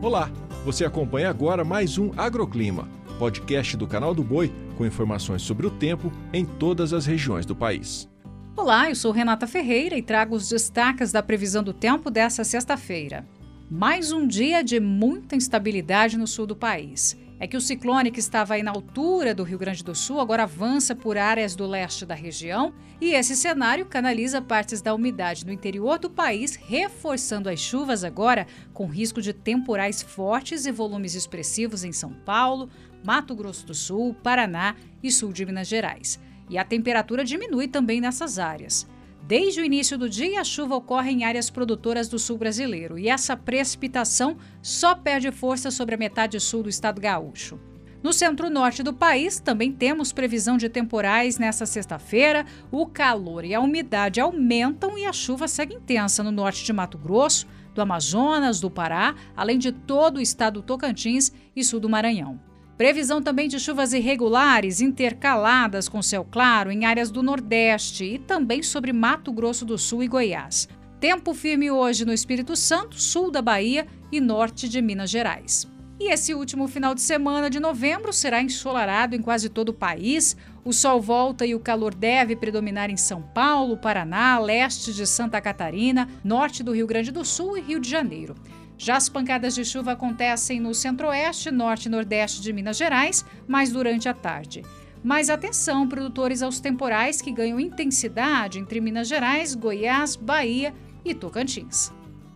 Olá, você acompanha agora mais um Agroclima, podcast do Canal do Boi com informações sobre o tempo em todas as regiões do país. Olá, eu sou Renata Ferreira e trago os destaques da previsão do tempo dessa sexta-feira. Mais um dia de muita instabilidade no sul do país. É que o ciclone que estava aí na altura do Rio Grande do Sul agora avança por áreas do leste da região e esse cenário canaliza partes da umidade no interior do país, reforçando as chuvas agora com risco de temporais fortes e volumes expressivos em São Paulo, Mato Grosso do Sul, Paraná e sul de Minas Gerais. E a temperatura diminui também nessas áreas. Desde o início do dia, a chuva ocorre em áreas produtoras do sul brasileiro e essa precipitação só perde força sobre a metade sul do estado gaúcho. No centro-norte do país, também temos previsão de temporais nesta sexta-feira. O calor e a umidade aumentam e a chuva segue intensa no norte de Mato Grosso, do Amazonas, do Pará, além de todo o estado do Tocantins e sul do Maranhão. Previsão também de chuvas irregulares intercaladas com céu claro em áreas do Nordeste e também sobre Mato Grosso do Sul e Goiás. Tempo firme hoje no Espírito Santo, sul da Bahia e norte de Minas Gerais. E esse último final de semana de novembro será ensolarado em quase todo o país. O sol volta e o calor deve predominar em São Paulo, Paraná, leste de Santa Catarina, norte do Rio Grande do Sul e Rio de Janeiro. Já as pancadas de chuva acontecem no centro-oeste, norte e nordeste de Minas Gerais, mas durante a tarde. Mas atenção, produtores, aos temporais que ganham intensidade entre Minas Gerais, Goiás, Bahia e Tocantins.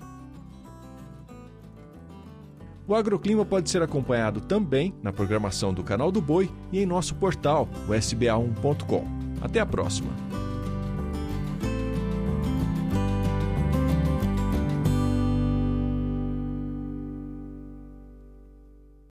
O Agroclima pode ser acompanhado também na programação do Canal do Boi e em nosso portal, o sba1.com. Até a próxima!